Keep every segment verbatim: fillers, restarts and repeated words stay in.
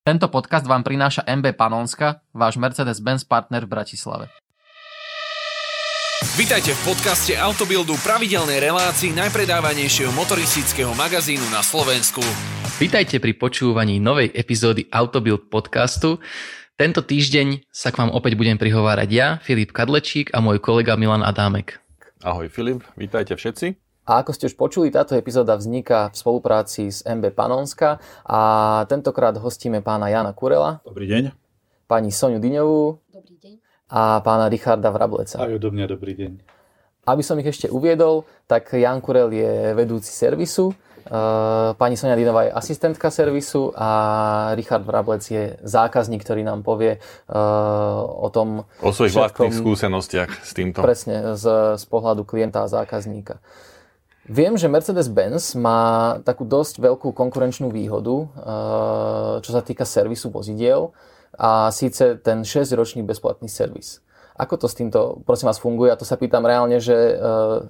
Tento podcast vám prináša em bé Panonska, váš Mercedes-Benz partner v Bratislave. Vitajte v podcaste Autobuildu, pravidelnej relácii najpredávanejšieho motoristického magazínu na Slovensku. Vitajte pri počúvaní novej epizódy Autobuild podcastu. Tento týždeň sa k vám opäť budem prihovárať ja, Filip Kadlečík a môj kolega Milan Adámek. Ahoj Filip, vítajte všetci. A ako ste už počuli, táto epizóda vzniká v spolupráci s em bé Panonska a tentokrát hostíme pána Jana Kurela. Dobrý deň. Pani Soňu Dyňovú. Dobrý deň. A pána Richarda Vrableca. Aj odo mňa dobrý deň. Aby som ich ešte uviedol, tak Jan Kurel je vedúci servisu, pani Soňa Dyňová je asistentka servisu a Richard Vrablec je zákazník, ktorý nám povie o tom... O svojich všetkom, vlastných skúsenostiach s týmto. Presne, z, z pohľadu klienta a zákazníka. Viem, že Mercedes-Benz má takú dosť veľkú konkurenčnú výhodu, čo sa týka servisu vozidiel, a síce ten šesťročný bezplatný servis. Ako to s týmto, prosím vás, funguje? A to sa pýtam reálne, že e,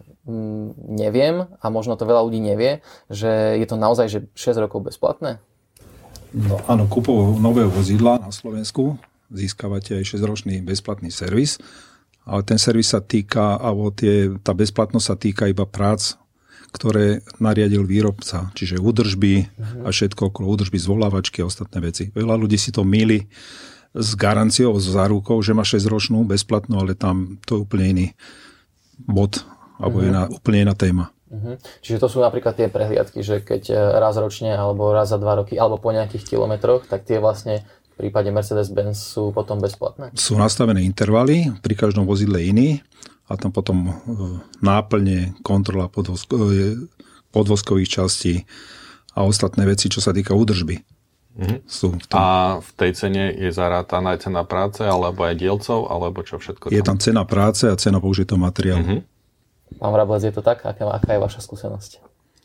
neviem, a možno to veľa ľudí nevie, že je to naozaj že šesť rokov bezplatné? No áno, kúpou nového vozidla na Slovensku získavate aj šesťročný bezplatný servis, ale ten servis sa týka, alebo tie, tá bezplatnosť sa týka iba prác, ktoré nariadil výrobca, čiže údržby uh-huh. a všetko okolo údržby, zvolávačky a ostatné veci. Veľa ľudí si to mýli s garanciou, s zárukou, že má šesťročnú bezplatnú, ale tam to je úplne iný bod, alebo uh-huh. iná, úplne iná téma. Uh-huh. Čiže to sú napríklad tie prehliadky, že keď raz ročne, alebo raz za dva roky, alebo po nejakých kilometroch, tak tie vlastne v prípade Mercedes-Benz sú potom bezplatné? Sú nastavené intervaly, pri každom vozidle iný, a tam potom náplne, kontrola podvozko, podvozkových častí a ostatné veci, čo sa týka údržby. Mm-hmm. Sú v tom. A v tej cene je zarátaná aj cena práce, alebo aj dielcov, alebo čo všetko tam? Je tam cena práce a cena použitého materiálu. Mm-hmm. Pán Vrablec, je to tak? Aká, aká je vaša skúsenosť?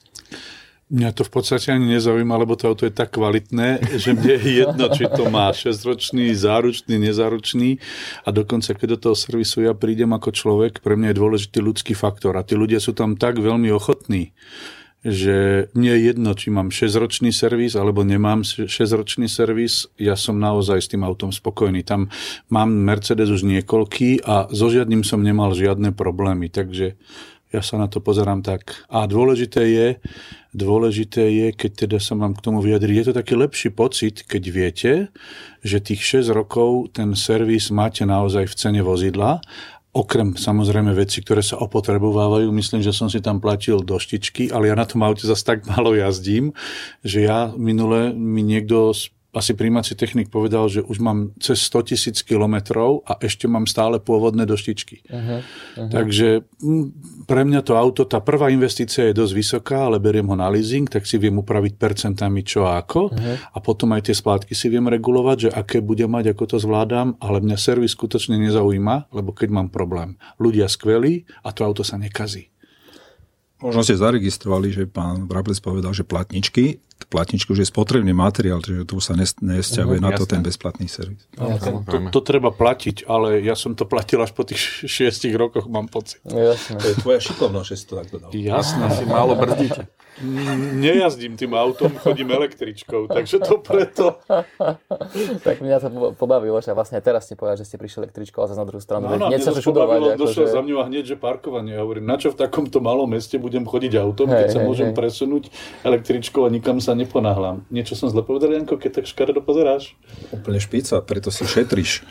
Mňa to v podstate ani nezaujíma, lebo to auto je tak kvalitné, že mne je jedno, či to má šesťročný, záručný, nezáručný, a dokonca keď do toho servisu ja prídem ako človek, pre mňa je dôležitý ľudský faktor a tí ľudia sú tam tak veľmi ochotní, že mne je jedno, či mám šesťročný servis alebo nemám šesťročný servis, ja som naozaj s tým autom spokojný. Tam mám Mercedes už niekoľký a so žiadnym som nemal žiadne problémy, takže ja sa na to pozerám tak. A dôležité je, dôležité je, keď teda sa mám k tomu vyjadriť, je to taký lepší pocit, keď viete, že tých šesť rokov ten servis máte naozaj v cene vozidla, okrem samozrejme veci, ktoré sa opotrebovávajú. Myslím, že som si tam platil doštičky, ale ja na tom aute zase tak málo jazdím, že ja minule mi niekto asi prijímací technik povedal, že už mám cez stotisíc kilometrov a ešte mám stále pôvodné doštičky. Uh-huh, uh-huh. Takže pre mňa to auto, tá prvá investícia je dosť vysoká, ale beriem ho na leasing, tak si viem upraviť percentami čo a ako uh-huh. a potom aj tie splátky si viem regulovať, že aké bude mať, ako to zvládam, ale mňa servis skutočne nezaujíma, lebo keď mám problém. Ľudia skvelí a to auto sa nekazí. Možno ste zaregistrovali, že pán Vrablec povedal, že platničky, platničky už je spotrebný materiál, čiže tu sa nesťahuje uh, na to ten bezplatný servis. No, to, to treba platiť, ale ja som to platil až po tých šiestich rokoch, mám pocit. Jasné. To je tvoja šikovnosť, že si to takto dal. Jasné, si málo brzdíte. Nejazdím tým autom, chodím električkou, takže to preto. Tak mňa to pobavilo, že vlastne teraz ste povedali, že ste prišli električkou, a zase na druhú stranu. No, no, hneď sa to čudovať. Došiel že... za mňou a hneď, že parkovanie. Ja hovorím, na čo v takomto malom meste budem chodiť autom, hey, keď sa hey, môžem hey. presunúť električkou a nikam sa neponáhľam. Niečo som zle povedal, Janko, keď tak škaredo pozeráš? Úplne špica, preto si šetríš.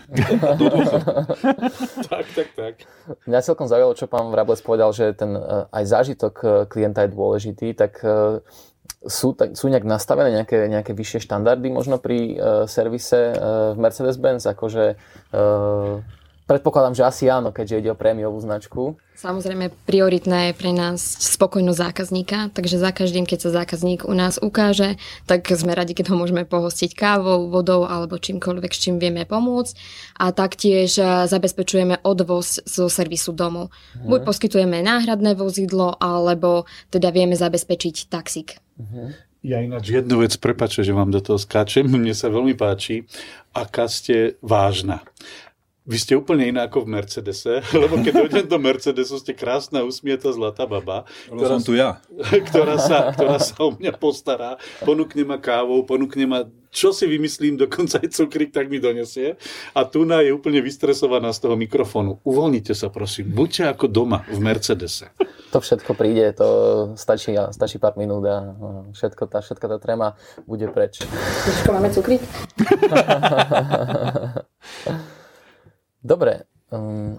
tak, tak, tak. Mňa celkom zaujalo, čo pán Vrablec povedal, že ten aj zážitok klienta je dôležitý, tak sú, tak, sú nejak nastavené nejaké, nejaké vyššie štandardy možno pri uh, servise uh, v Mercedes-Benz, akože uh, predpokladám, že asi áno, keďže ide o prémiovú značku. Samozrejme, prioritná je pre nás spokojnosť zákazníka, takže za každým, keď sa zákazník u nás ukáže, tak sme radi, keď ho môžeme pohostiť kávou, vodou alebo čímkoľvek, s čím vieme pomôcť. A taktiež zabezpečujeme odvoz zo servisu domov. Mhm. Buď poskytujeme náhradné vozidlo, alebo teda vieme zabezpečiť taxík. Mhm. Ja ináč jednu vec, prepáčte, že vám do toho skáčem, mne sa veľmi páči, aká ste vážna. Vy ste úplne iná ako v Mercedese, lebo keď dojdem do Mercedesu, ste krásna, usmieta, zlatá baba, ktorá, som tu ja. ktorá, sa, ktorá sa o mňa postará, ponúkne ma kávou, ponúkne ma, čo si vymyslím, dokonca aj cukrík, tak mi donesie. A Tuna je úplne vystresovaná z toho mikrofónu. Uvoľnite sa, prosím, buďte ako doma v Mercedese. To všetko príde, to stačí, stačí pár minút a všetko tá, všetko tá tréma bude preč. Počko, máme cukrík? Dobre. Um,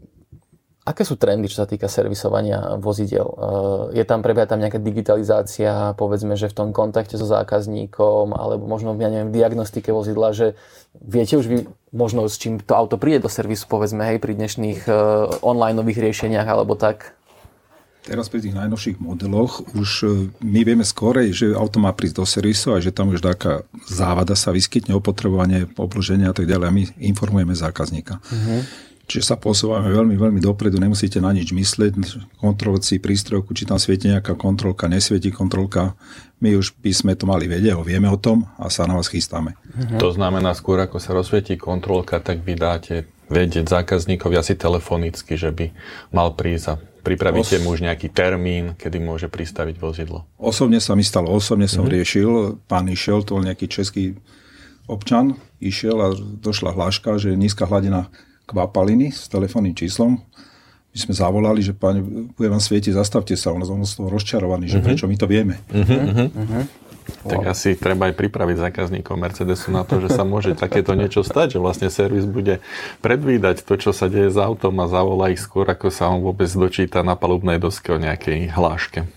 aké sú trendy, čo sa týka servisovania vozidiel? Uh, je tam, prebieha tam nejaká digitalizácia, povedzme, že v tom kontakte so zákazníkom, alebo možno, ja neviem, v diagnostike vozidla, že viete už vy možno, s čím to auto príde do servisu, povedzme, hej, pri dnešných uh, online-ových riešeniach, alebo tak? Teraz pri tých najnovších modeloch už my vieme skorej, že auto má prísť do servisu a že tam už taká závada sa vyskytne, opotrebovanie, obloženie a tak ďalej a my informujeme zákazníka. Uh-huh. Čiže sa posúvame veľmi, veľmi dopredu, nemusíte na nič myslieť, kontrolovať si prístrojku, či tam svieti nejaká kontrolka, nesvieti kontrolka. My už by sme to mali vedieť, vieme o tom a sa na vás chystáme. Uh-huh. To znamená, skôr ako sa rozsvietí kontrolka, tak vy dáte vedieť zákazníkovi asi telefonicky, že by mal prísť a pripravíte Os... mu už nejaký termín, kedy môže pristaviť vozidlo. Osobne sa mi stalo, osobne som mm-hmm. riešil, pán išiel, to bol nejaký český občan, išiel a došla hláška, že je nízka hladina kvapaliny s telefónnym číslom. My sme zavolali, že pán, bude vám svietiť, zastavte sa, on z toho rozčarovaný, že mm-hmm. prečo my to vieme. Mm-hmm. Mm-hmm. Tak wow. Asi treba aj pripraviť zákazníkov Mercedesu na to, že sa môže takéto niečo stať, že vlastne servis bude predvídať to, čo sa deje s autom a zavolá ich skôr, ako sa on vôbec dočíta na palubnej doske o nejakej hláške.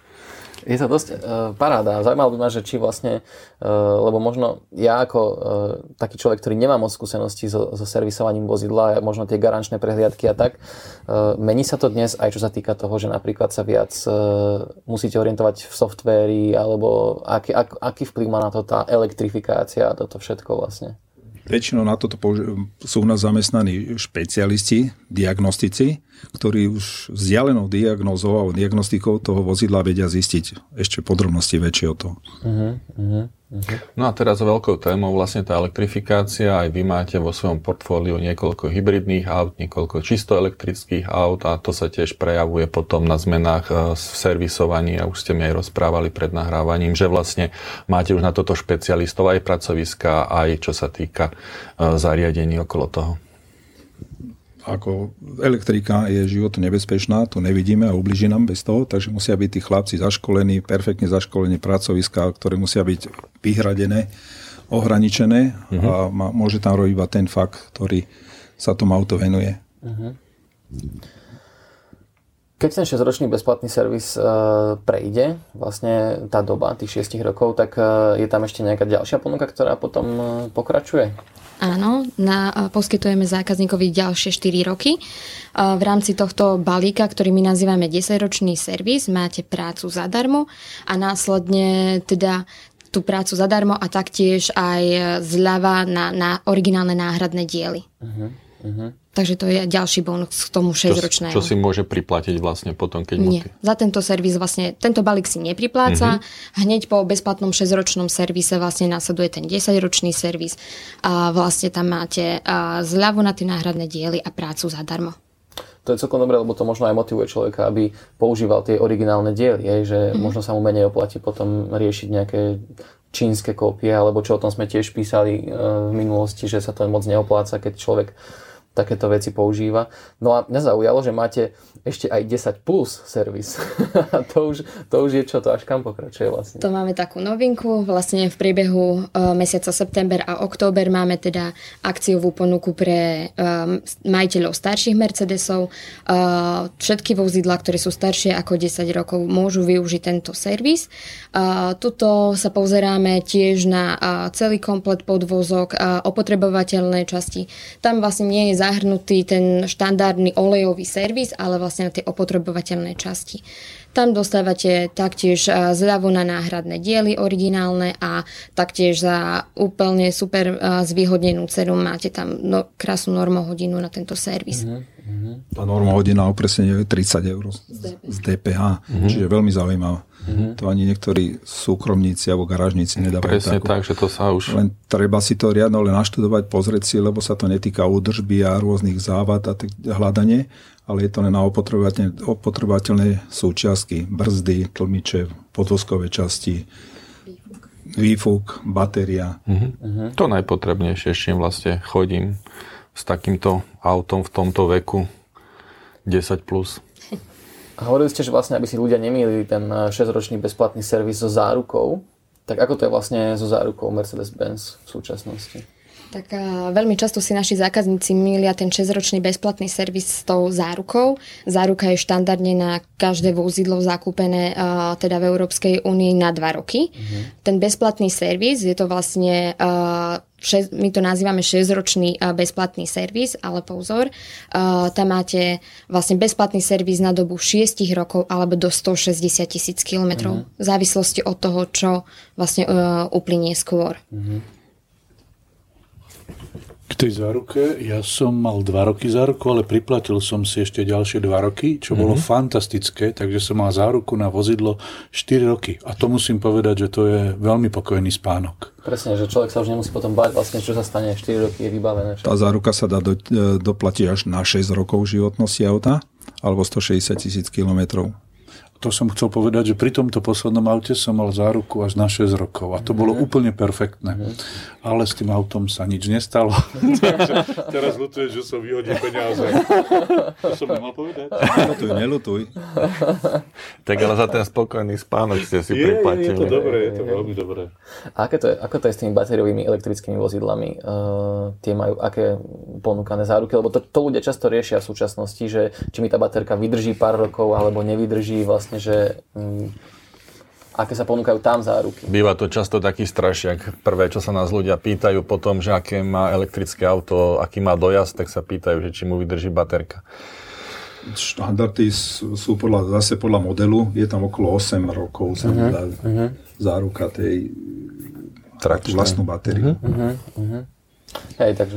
Je to dosť uh, paráda. Zaujímalo by ma, že či vlastne, uh, lebo možno ja ako uh, taký človek, ktorý nemá moc skúseností so, so servisovaním vozidla, možno tie garančné prehliadky a tak, uh, mení sa to dnes aj čo sa týka toho, že napríklad sa viac uh, musíte orientovať v softvéri, alebo aký, ak, aký vplyv má na to tá elektrifikácia a toto všetko vlastne? Väčšinou na toto použi- sú u nás zamestnaní špecialisti, diagnostici, ktorí už vzdialenou diagnózou a diagnostikou toho vozidla vedia zistiť ešte podrobnosti väčšie o toho. Uh-huh, uh-huh, uh-huh. No a teraz veľkou témou vlastne tá elektrifikácia. Aj vy máte vo svojom portfóliu niekoľko hybridných aut, niekoľko čisto elektrických aut a to sa tiež prejavuje potom na zmenách v servisovaní a už ste mi aj rozprávali pred nahrávaním, že vlastne máte už na toto špecialistov aj pracoviska, aj čo sa týka zariadení okolo toho. Ako elektrika je životu nebezpečná, to nevidíme a ubliží nám bez toho, takže musia byť tí chlapci zaškolení, perfektne zaškolení pracoviská, ktoré musia byť vyhradené, ohraničené uh-huh. a má, môže tam robiť iba ten fakt, ktorý sa tomu auto venuje. Uh-huh. Keď ten šesťročný bezplatný servis uh, prejde, vlastne tá doba tých šiestich rokov, tak uh, je tam ešte nejaká ďalšia ponuka, ktorá potom uh, pokračuje? Áno, na, poskytujeme zákazníkovi ďalšie štyri roky. V rámci tohto balíka, ktorý my nazývame desaťročný servis, máte prácu zadarmo a následne teda tú prácu zadarmo a taktiež aj zľava na, na originálne náhradné diely. Uh-huh, uh-huh. Takže to je ďalší bonus k tomu šesťročnému. Čo, čo si môže priplatiť vlastne potom, keď... Nie, mu... za tento servis vlastne, tento balík si nepripláca. Uh-huh. Hneď po bezplatnom šesťročnom servise vlastne následuje ten desaťročný servis a vlastne tam máte zľavu na tie náhradné diely a prácu zadarmo. To je celkom dobré, lebo to možno aj motivuje človeka, aby používal tie originálne diely, je, že uh-huh. možno sa mu menej oplatí potom riešiť nejaké čínske kópie, alebo čo o tom sme tiež písali v minulosti, že sa to moc neopláca, keď človek takéto veci používa. No a mňa zaujalo, že máte ešte aj desať plus servis. to, už, to už je čo, to až kam pokračuje vlastne? To máme takú novinku. Vlastne v priebehu uh, mesiaca september a október máme teda akciovú ponuku pre um, majiteľov starších Mercedesov. Uh, všetky vozidlá, ktoré sú staršie ako desať rokov, môžu využiť tento servis. Uh, tuto sa pozeráme tiež na uh, celý komplet podvozok, uh, opotrebovateľné časti. Tam vlastne nie je zahrnutý ten štandardný olejový servis, ale vlastne na tie opotrebovateľné časti. Tam dostávate taktiež zľavu na náhradné diely originálne a taktiež za úplne super zvýhodnenú cenu máte tam no, krásnu normohodinu na tento servis. Uh-huh, uh-huh. Tá normohodina opresne je tridsať eur z dé pé há, uh-huh. čiže veľmi zaujímavá. Mm-hmm. To ani niektorí súkromníci alebo garážníci nedávajú. Presne takú. tak, že to sa už... Len treba si to riadno len naštudovať, pozrieť si, lebo sa to netýka údržby a rôznych závad a tak hľadanie, ale je to len na opotrebovateľné súčiastky, brzdy, tlmiče, podvozkové časti, výfuk, batéria. Mm-hmm. To najpotrebnejšie, s čím vlastne chodím s takýmto autom v tomto veku desať plus. A hovorili ste, že vlastne, aby si ľudia nemýlili ten šesťročný bezplatný servis so zárukou, tak ako to je vlastne so zárukou Mercedes-Benz v súčasnosti? Tak uh, veľmi často si naši zákazníci mýlia ten šesťročný bezplatný servis s tou zárukou. Záruka je štandardne na každé vozidlo zakúpené uh, teda v Európskej únii na dva roky. Uh-huh. Ten bezplatný servis je to vlastne... Uh, my to nazývame šesťročný bezplatný servis, ale pozor, tam máte vlastne bezplatný servis na dobu šesť rokov alebo do stošesťdesiat tisíc kilometrov. Uh-huh. V závislosti od toho, čo vlastne uplynie skôr. Uh-huh. K tej záruke, ja som mal dva roky záruku, ale priplatil som si ešte ďalšie dva roky, čo bolo mm-hmm. fantastické, takže som mal záruku na vozidlo štyri roky. A to musím povedať, že to je veľmi pokojný spánok. Presne, že človek sa už nemusí potom báť, vlastne čo sa stane, štyri roky je vybavené. Čo? Tá záruka sa dá do, doplatiť až na šesť rokov životnosti auta, alebo stošesťdesiat tisíc kilometrov. To som chcel povedať, že pri tomto poslednom aute som mal záruku až na šesť rokov a to bolo mm. úplne perfektné. Mm. Ale s tým autom sa nič nestalo. Takže teraz ľutuješ, že som vyhodil peniaze. To som nemal povedať. Nelutuj, nelutuj. Tak ale za ten spokojný spánok ste si je, priplatili. Je to dobré, je to veľmi dobré. A aké to je, ako to je s tými batériovými elektrickými vozidlami? Uh, tie majú aké ponúkané záruky? Lebo to, to ľudia často riešia v súčasnosti, že či mi tá baterka vydrží pár rokov alebo nevydrží vlastne, že um, aké sa ponúkajú tam záruky. Býva to často taký strašiak. Prvé, čo sa nás ľudia pýtajú potom, že aké má elektrické auto, aký má dojazd, tak sa pýtajú, že či mu vydrží baterka. Štandardy sú podľa, zase podľa modelu, je tam okolo osem rokov sa uh-huh, dá uh-huh. záruka tej tú vlastnú batériu. Uh-huh, uh-huh. Hej, takže...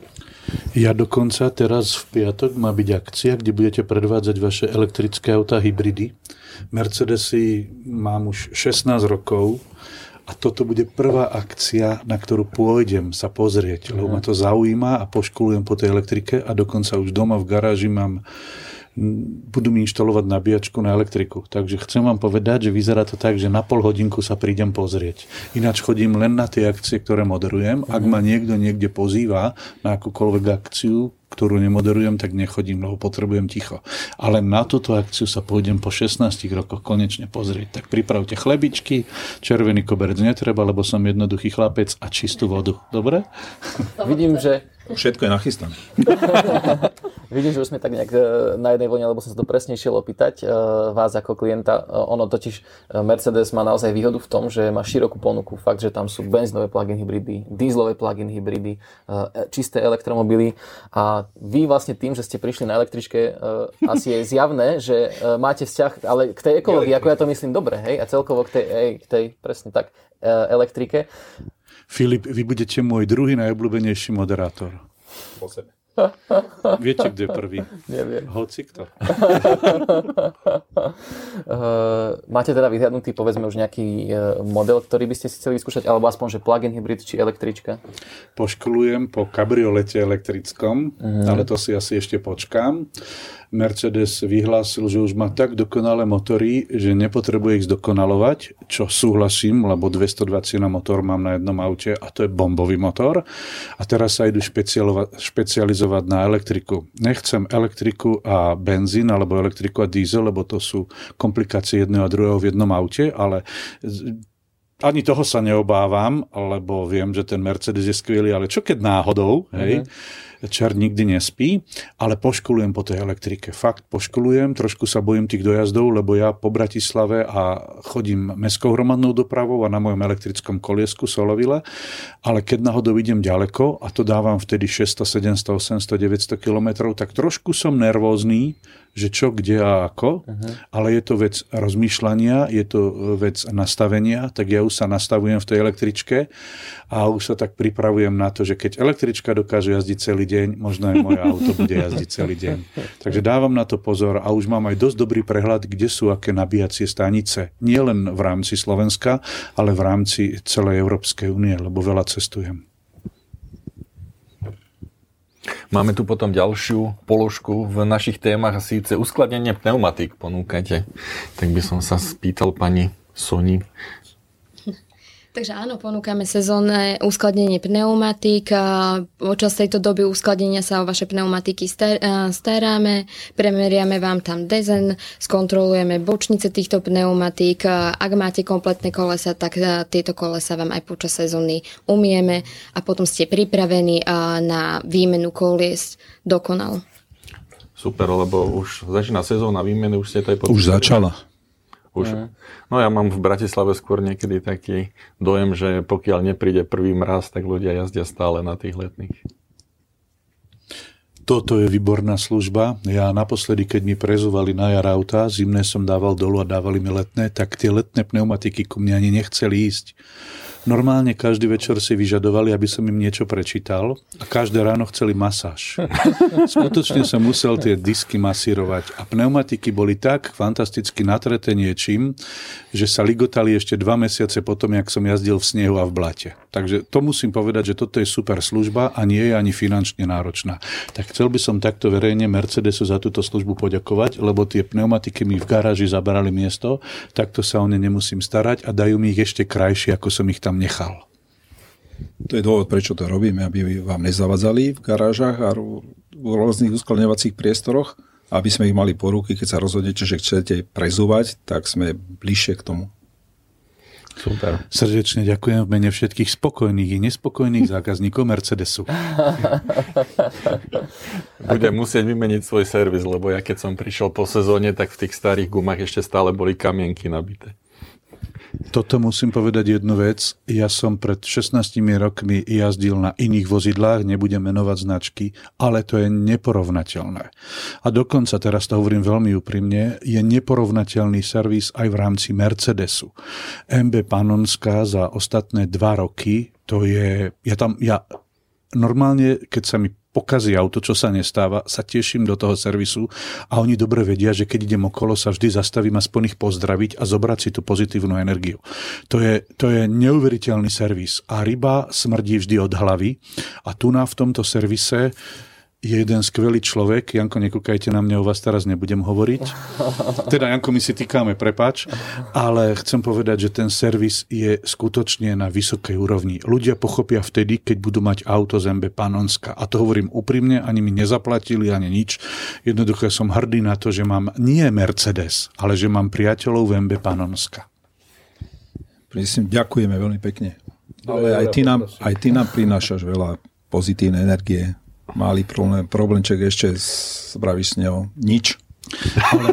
Ja dokonca teraz v piatok má byť akcia, kde budete predvádzať vaše elektrické autá hybridy. Mercedesy mám už šestnásť rokov a toto bude prvá akcia, na ktorú pôjdem sa pozrieť, lebo ma to zaujíma a poškolujem po tej elektrike a dokonca už doma v garáži mám budú mi inštalovať nabíjačku na elektriku. Takže chcem vám povedať, že vyzerá to tak, že na pol hodinku sa prídem pozrieť. Ináč chodím len na tie akcie, ktoré moderujem. Ak ma niekto niekde pozýva na akúkoľvek akciu, ktorú nemoderujem, tak nechodím, lebo potrebujem ticho. Ale na túto akciu sa pôjdem po šestnástich rokoch konečne pozrieť. Tak pripravte chlebičky, červený koberec netreba, lebo som jednoduchý chlapec a čistú vodu. Dobre? Vidím, že... Všetko je nachystané. Vidím, že už sme tak nejak na jednej vlne, lebo som sa to presne išiel opýtať vás ako klienta. Ono totiž Mercedes má naozaj výhodu v tom, že má širokú ponuku. Fakt, že tam sú benzínové plug-in hybridy, dízlové plug-in hybridy, čisté elektromobily a vy vlastne tým, že ste prišli na električke, asi je zjavné, že máte vzťah ale k tej ekológii, ako ja to myslím dobre, hej, a celkovo k tej, hej, k tej presne tak, elektrike. Filip, vy budete môj druhý najobľúbenejší moderátor. Po sebe. Viete, kde je prvý? Neviem. Hoci kto. Uh, máte teda vyhľadnutý, povedzme, už nejaký uh, model, ktorý by ste si chceli vyskúšať, alebo aspoň, že plug-in hybrid či električka? Poškolujem po kabriolete elektrickom, uh-huh. ale to si asi ešte počkám. Mercedes vyhlásil, že už má tak dokonalé motory, že nepotrebuje ich zdokonalovať, čo súhlasím, lebo dvestodvadsať na motor mám na jednom aute a to je bombový motor. A teraz sa idú špecializovať na elektriku. Nechcem elektriku a benzín, alebo elektriku a diesel, lebo to sú komplikácie jedného a druhého v jednom aute, ale ani toho sa neobávam, lebo viem, že ten Mercedes je skvelý, ale čo keď náhodou, hej, uh-huh. čert nikdy nespí, ale poškolujem po tej elektrike. Fakt poškolujem, trošku sa bojím tých dojazdov, lebo ja po Bratislave a chodím mestskou hromadnou dopravou a na mojom elektrickom koliesku Solovile, ale keď náhodou idem ďaleko a to dávam vtedy šesťsto, sedemsto, osemsto, deväťsto kilometrov, tak trošku som nervózny, že čo, kde a ako, uh-huh. ale je to vec rozmýšľania, je to vec nastavenia, tak ja už sa nastavujem v tej električke a už sa tak pripravujem na to, že keď električka dokáže jazdiť celý deň, možno aj moje auto bude jazdiť celý deň. Takže dávam na to pozor a už mám aj dosť dobrý prehľad, kde sú aké nabíjacie stanice. Nie len v rámci Slovenska, ale v rámci celej Európskej únie, lebo veľa cestujem. Máme tu potom ďalšiu položku v našich témach a síce uskladnenie pneumatík ponúkate. Tak by som sa spýtal pani Soni. Takže áno, ponúkame sezónne uskladnenie pneumatík. Počas tejto doby uskladnenia sa o vaše pneumatiky staráme, premeriame vám tam dezen, skontrolujeme bočnice týchto pneumatík. Ak máte kompletné kolesa, tak tieto kolesa vám aj počas sezóny umieme a potom ste pripravení na výmenu kolies dokonal. Super, lebo už začína sezóna výmeny, už ste to aj podpísali. Už začala. Už. No ja mám v Bratislave skôr niekedy taký dojem, že pokiaľ nepríde prvý mraz, tak ľudia jazdia stále na tých letných. Toto je výborná služba. Ja naposledy, keď mi prezúvali na jar auta, zimné som dával dolu a dávali mi letné, tak tie letné pneumatiky ku mne ani nechceli ísť. Normálne každý večer si vyžadovali, aby som im niečo prečítal a každé ráno chceli masáž. Skutočne som musel tie disky masírovať a pneumatiky boli tak fantasticky natreté niečím, že sa ligotali ešte dva mesiace potom, jak som jazdil v snehu a v blate. Takže to musím povedať, že toto je super služba a nie je ani finančne náročná. Tak chcel by som takto verejne Mercedesu za túto službu poďakovať, lebo tie pneumatiky mi v garáži zabrali miesto, takto sa o ne nemusím starať a dajú mi ich ešte krajšie, ako som ich tam nechal. To je dôvod, prečo to robíme, aby vám nezavadzali v garážach a v rôznych uskladňovacích priestoroch, aby sme ich mali po ruky, keď sa rozhodnete, že chcete prezúvať, tak sme bližšie k tomu. Super. Srdečne ďakujem v mene všetkých spokojných i nespokojných zákazníkov Mercedesu. Budem musieť vymeniť svoj servis, lebo ja keď som prišiel po sezóne, tak v tých starých gumách ešte stále boli kamienky nabité. Toto musím povedať jednu vec. Ja som pred šestnástimi rokmi jazdil na iných vozidlách, nebudem menovať značky, ale to je neporovnateľné. A dokonca, teraz to hovorím veľmi úprimne, je neporovnateľný servis aj v rámci Mercedesu. em bé Panonská za ostatné dva roky, to je, ja tam, ja normálne, keď sa mi pokazí auto, čo sa nestáva, sa teším do toho servisu a oni dobre vedia, že keď idem okolo, sa vždy zastavím aspoň ich pozdraviť a zobrať si tú pozitívnu energiu. To je, to je neuveriteľný servis a ryba smrdí vždy od hlavy a tu na v tomto servise je jeden skvelý človek. Janko, nekúkajte na mňa, o vás teraz nebudem hovoriť. Teda, Janko, my si týkáme, prepáč, ale chcem povedať, že ten servis je skutočne na vysokej úrovni. Ľudia pochopia vtedy, keď budú mať auto z em bé Panonska. A to hovorím úprimne, ani mi nezaplatili, ani nič. Jednoducho som hrdý na to, že mám nie Mercedes, ale že mám priateľov v em bé Panonska. Prosím, ďakujeme veľmi pekne. Ale aj ty nám, aj ty nám prinášaš veľa pozitívnej energie. Malý problém, problémček ešte spravíš s ňou nič. Ale...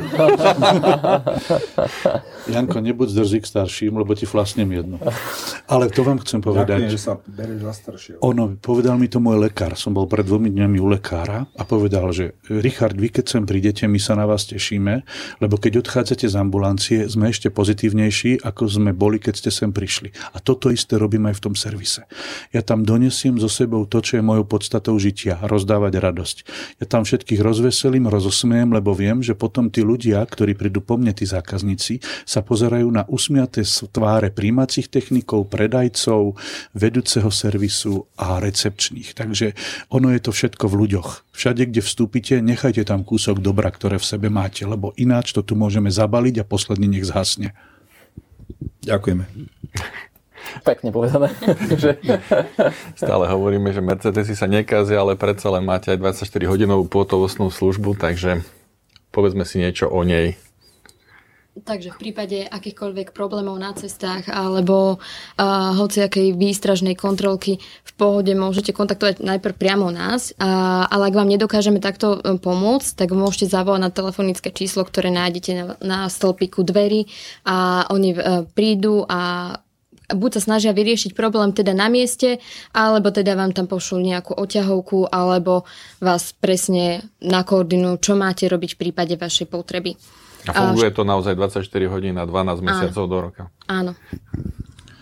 Janko, nebuď zdrzí k starším, lebo ti flasnem jedno. Ale to vám chcem povedať. Ďakujem, že sa bereš za staršieho. Ono, povedal mi to môj lekár. Som bol pred dvomi dňami u lekára a povedal, že Richard, vy keď sem prídete, my sa na vás tešíme, lebo keď odchádzate z ambulancie, sme ešte pozitívnejší, ako sme boli, keď ste sem prišli. A toto isté robím aj v tom servise. Ja tam donesiem so sebou to, čo je mojou podstatou žitia, rozdávať radosť. Ja tam všetkých rozveselím, rozosmiem, lebo viem, že potom tí ľudia, ktorí prídu po mne, tí zákazníci, sa pozerajú na usmiaté tváre príjmacích technikov, predajcov, vedúceho servisu a recepčných. Takže ono je to všetko v ľuďoch. Všade, kde vstúpite, nechajte tam kúsok dobra, ktoré v sebe máte, lebo ináč to tu môžeme zabaliť a posledný nech zhasne. Ďakujeme. Pekne povedané. Stále hovoríme, že Mercedesy sa nekazia, ale predsa len máte aj dvadsaťštyri hodinovú pohotovostnú službu, takže povedzme si niečo o nej. Takže v prípade akýchkoľvek problémov na cestách alebo uh, hociakej výstražnej kontrolky v pohode môžete kontaktovať najprv priamo nás, uh, ale ak vám nedokážeme takto um, pomôcť, tak môžete zavolať na telefonické číslo, ktoré nájdete na, na stĺpiku dverí a oni uh, prídu a buď sa snažia vyriešiť problém teda na mieste, alebo teda vám tam pošlú nejakú oťahovku, alebo vás presne nakoordinujú, čo máte robiť v prípade vašej potreby. A funguje to naozaj dvadsaťštyri hodín a dvanásť mesiacov do roka. Áno.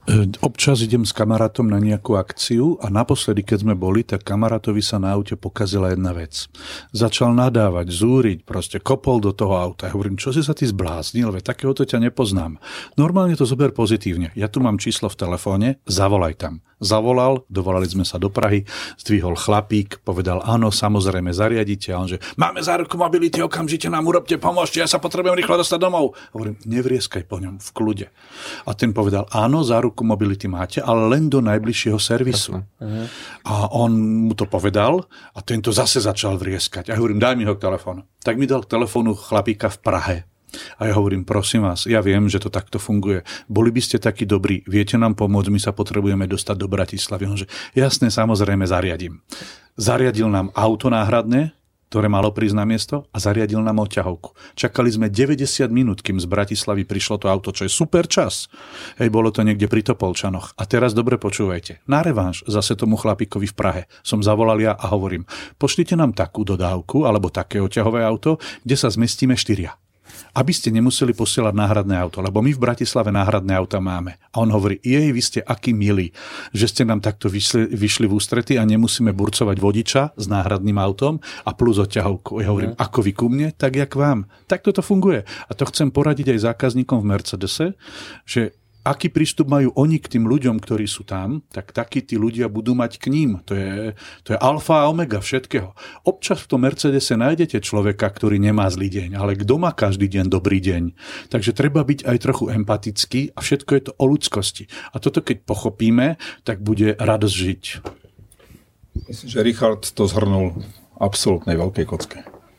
Občas idem s kamarátom na nejakú akciu a naposledy, keď sme boli, tak kamarátovi sa na aute pokazila jedna vec. Začal nadávať, zúriť, proste kopol do toho auta. Ja hovorím, čo si sa ty zbláznil, veď takéhoto ťa nepoznám. Normálne to zober pozitívne. Ja tu mám číslo v telefóne, zavolaj tam. Zavolal, dovolali sme sa do Prahy, zdvihol chlapík, povedal áno, samozrejme zariadite. A on že, máme záruku mobility, okamžite nám urobte, pomôžte, ja sa potrebujem rýchlo dostať domov. Hovorím, nevrieskaj po ňom, v kľude. A ten povedal, áno, záruku mobility máte, ale len do najbližšieho servisu. Uh-huh. A on mu to povedal a tento zase začal vrieskať. A ja hovorím, daj mi ho k telefónu. Tak mi dal k telefónu chlapíka v Prahe. A ja hovorím, prosím vás, ja viem, že to takto funguje. Boli by ste takí dobrí, viete nám pomôcť, my sa potrebujeme dostať do Bratislavy. On že, jasne, samozrejme, zariadím. Zariadil nám auto náhradné, ktoré malo prísť na miesto a zariadil nám odťahovku. Čakali sme deväťdesiat minút, kým z Bratislavy prišlo to auto, čo je super čas. Hej, bolo to niekde pri Topolčanoch. A teraz dobre počúvajte. Na revanš zase tomu chlapíkovi v Prahe som zavolal ja a hovorím, pošlite nám takú dodávku alebo také odťahové auto, kde sa zmestíme štyria. Aby ste nemuseli posielať náhradné auto, lebo my v Bratislave náhradné auta máme. A on hovorí, jej, vy ste aký milí, že ste nám takto vyšli, vyšli v ústrety a nemusíme burcovať vodiča s náhradným autom a plus odťahovku. Ja hovorím, mm. ako vy ku mne, tak jak vám. Tak toto funguje. A to chcem poradiť aj zákazníkom v Mercedese, že aký prístup majú oni k tým ľuďom, ktorí sú tam, tak takí tí ľudia budú mať k ním. To je, to je alfa a omega všetkého. Občas v tom Mercedese nájdete človeka, ktorý nemá zlý deň, ale kto má každý deň dobrý deň. Takže treba byť aj trochu empatický a všetko je to o ľudskosti. A toto keď pochopíme, tak bude radosť žiť. Myslím, že Richard to zhrnul absolútnej veľkej kocke.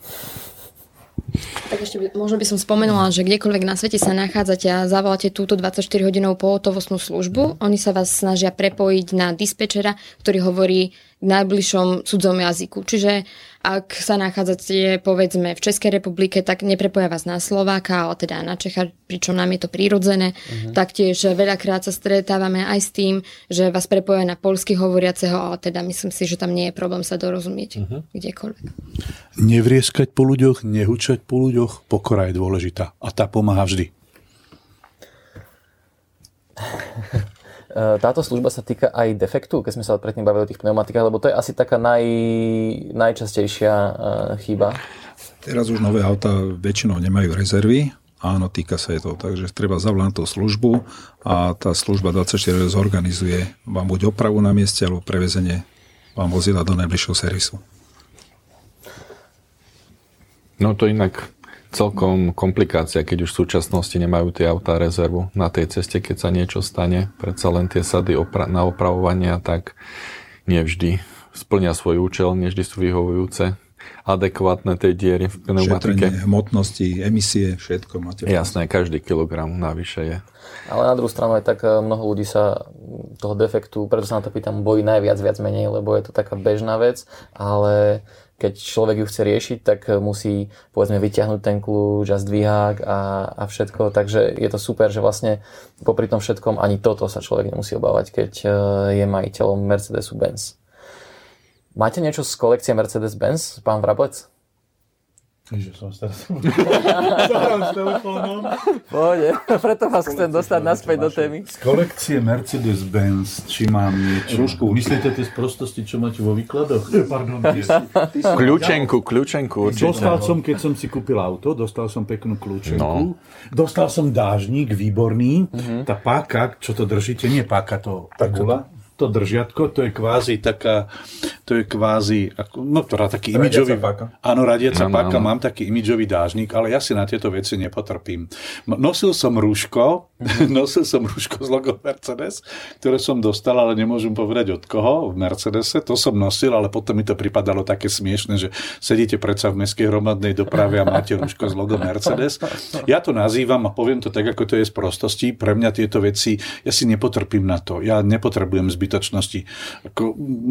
Tak ešte by, možno by som spomenula, že kdekoľvek na svete sa nachádzate a zavoláte túto dvadsaťštyri hodinovú pohotovostnú službu, oni sa vás snažia prepojiť na dispečera, ktorý hovorí v najbližšom cudzom jazyku. Čiže ak sa nachádzate, povedzme, v Českej republike, tak neprepoja vás na Slováka, ale teda na Čecha, pričom nám je to prírodzené. Uh-huh. Taktiež veľakrát sa stretávame aj s tým, že vás prepoja na poľsky hovoriaceho, ale teda myslím si, že tam nie je problém sa dorozumieť uh-huh. kdekoľvek. Nevrieskať po ľuďoch, nehučať po ľuďoch, pokora je dôležitá a tá pomáha vždy. Táto služba sa týka aj defektu, keď sme sa predtým bavili o tých pneumatikách, lebo to je asi taká naj, najčastejšia chyba. Teraz už nové autá väčšinou nemajú rezervy. Áno, týka sa je to. Takže treba zavolať na tú službu a tá služba dvadsaťštyri hodín zorganizuje vám buď opravu na mieste, alebo prevezenie vám vozidla do najbližšieho servisu. No to inak celkom komplikácia, keď už v súčasnosti nemajú tie autá rezervu na tej ceste, keď sa niečo stane. Predsa len tie sady opra- na opravovania tak nevždy splňa svoj účel, nevždy sú vyhovujúce, adekvátne tej diery v pneumatike. Šetrenie hmotnosti, emisie, všetko máte. Jasné, každý kilogram navyše je. Ale na druhú stranu aj tak mnoho ľudí sa toho defektu, preto sa na to pýtam, bojí najviac, viac menej, lebo je to taká bežná vec, ale keď človek ju chce riešiť, tak musí, povedzme, vyťahnuť ten kľúč a zdvihák a, a všetko. Takže je to super, že vlastne popri tom všetkom ani toto sa človek nemusí obávať, keď je majiteľom Mercedesu-Benz. Máte niečo z kolekcie Mercedes-Benz, pán Vrablec? Že som teraz zahrám s telefónom. Pohode, preto vás chcem dostať naspäť do témy. Z kolekcie Mercedes-Benz, či mám niečo? Rúšku, myslíte tie sprostosti, čo máte vo výkladoch? Pardon, Kľúčenku, kľúčenku určite. Dostal som, keď som si kúpil auto, dostal som peknú kľúčenku. No. Dostal som dážnik, výborný. Uh-huh. Tá páka, čo to držíte, nie páka to takula. To držiatko, to je kvázi taká, to je kvázi, no ktorá taký imidžový, áno, radiaca no, páka, no, no. Mám taký imidžový dážnik, ale ja si na tieto veci nepotrpím. Nosil som rúško, nosil som rúško z logo Mercedes, ktoré som dostal, ale nemôžem povedať od koho, v Mercedese, to som nosil, ale potom mi to pripadalo také smiešne, že sedíte predsa v mestskej hromadnej doprave a máte rúško z logo Mercedes. Ja to nazývam a poviem to tak, ako to je z prostosti, pre mňa tieto veci, ja si nepotrpím na to, ja nepotrebujem zbyt zbytočnosti. Ako,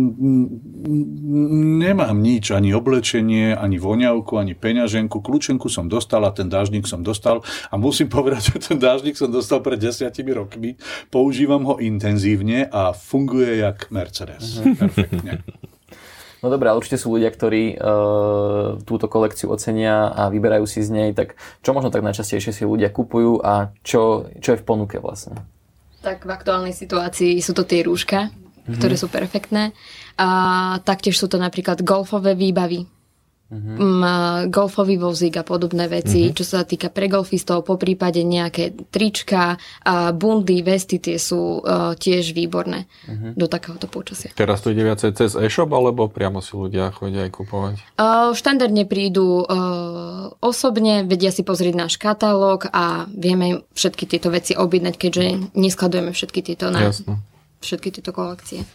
nemám nič, ani oblečenie, ani voňavku, ani peňaženku. Kľúčenku som dostal a ten dážnik som dostal a musím povedať, že ten dážnik som dostal pred desiatimi rokmi. Používam ho intenzívne a funguje jak Mercedes. Uh-huh. Perfektne. No dobré, ale určite sú ľudia, ktorí uh, túto kolekciu ocenia a vyberajú si z nej, tak čo možno tak najčastejšie si ľudia kupujú a čo, čo je v ponuke vlastne? Tak v aktuálnej situácii sú to tie rúška, mm-hmm. ktoré sú perfektné. A taktiež sú to napríklad golfové výbavy. Mm-hmm. Golfový vozík a podobné veci, mm-hmm. čo sa týka pre golfistov, po prípade nejaké trička, a bundy, vesty, tie sú uh, tiež výborné mm-hmm. do takéhoto počasia. Teraz to ide viacej cez e-shop, alebo priamo si ľudia chodia aj kupovať? Uh, štandardne prídu uh, osobne, vedia si pozrieť náš katalóg a vieme všetky tieto veci objednať, keďže neskladujeme všetky tieto, na, všetky tieto kolekcie.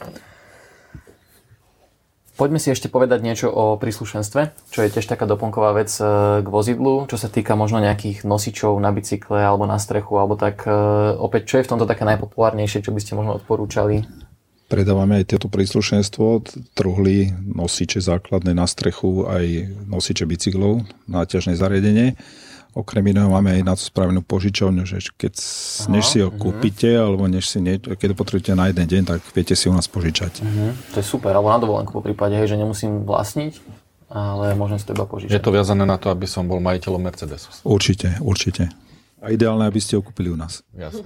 Poďme si ešte povedať niečo o príslušenstve, čo je tiež taká doplnková vec k vozidlu, čo sa týka možno nejakých nosičov na bicykle alebo na strechu, alebo tak opäť, čo je v tomto také najpopulárnejšie, čo by ste možno odporúčali? Predávame aj tieto príslušenstvo, truhly, nosiče základné na strechu, aj nosiče bicyklov, náťažné zariadenie. Okrem iného máme aj na to spravenú požičovňu, že keď, Aha, než si ho uh-huh. kúpite, alebo než si nie, keď ho potrebujete na jeden deň, tak viete si u nás požičať. Uh-huh. To je super, alebo na dovolenku po prípade, hej, že nemusím vlastniť, ale môžem si to iba požičať. Je to viazané na to, aby som bol majiteľom Mercedesu? Určite, určite. A ideálne, aby ste ho kúpili u nás. Jasné.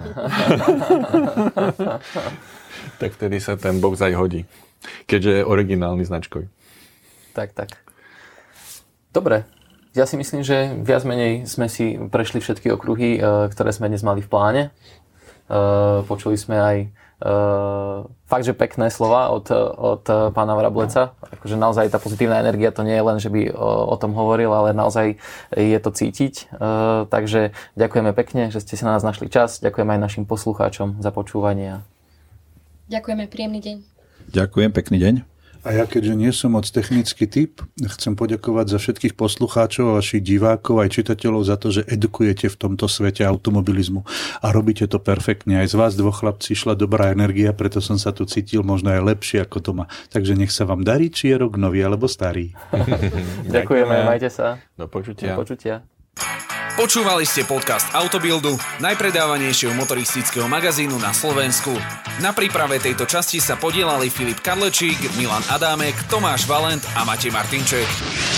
Tak vtedy sa ten box aj hodí, keďže je originálny značkový. Tak, tak. Dobre. Ja si myslím, že viac menej sme si prešli všetky okruhy, ktoré sme dnes mali v pláne. Počuli sme aj fakt, že pekné slova od, od pána Vrableca. Akože naozaj tá pozitívna energia to nie je len, že by o, o tom hovoril, ale naozaj je to cítiť. Takže ďakujeme pekne, že ste si na nás našli čas. Ďakujem aj našim poslucháčom za počúvanie. Ďakujeme, príjemný deň. Ďakujem, pekný deň. A ja, keďže nie som moc technický typ, chcem poďakovať za všetkých poslucháčov, vašich divákov aj čitateľov za to, že edukujete v tomto svete automobilizmu. A robíte to perfektne. Aj z vás dvoch chlapci šla dobrá energia, preto som sa tu cítil možno aj lepšie ako doma. Takže nech sa vám darí, či je rok nový alebo starý. Ďakujeme, majte sa. Do počutia. Do počutia. Počúvali ste podcast Autobuildu, najpredávanejšieho motoristického magazínu na Slovensku. Na príprave tejto časti sa podielali Filip Kadlečík, Milan Adámek, Tomáš Valent a Matej Martinček.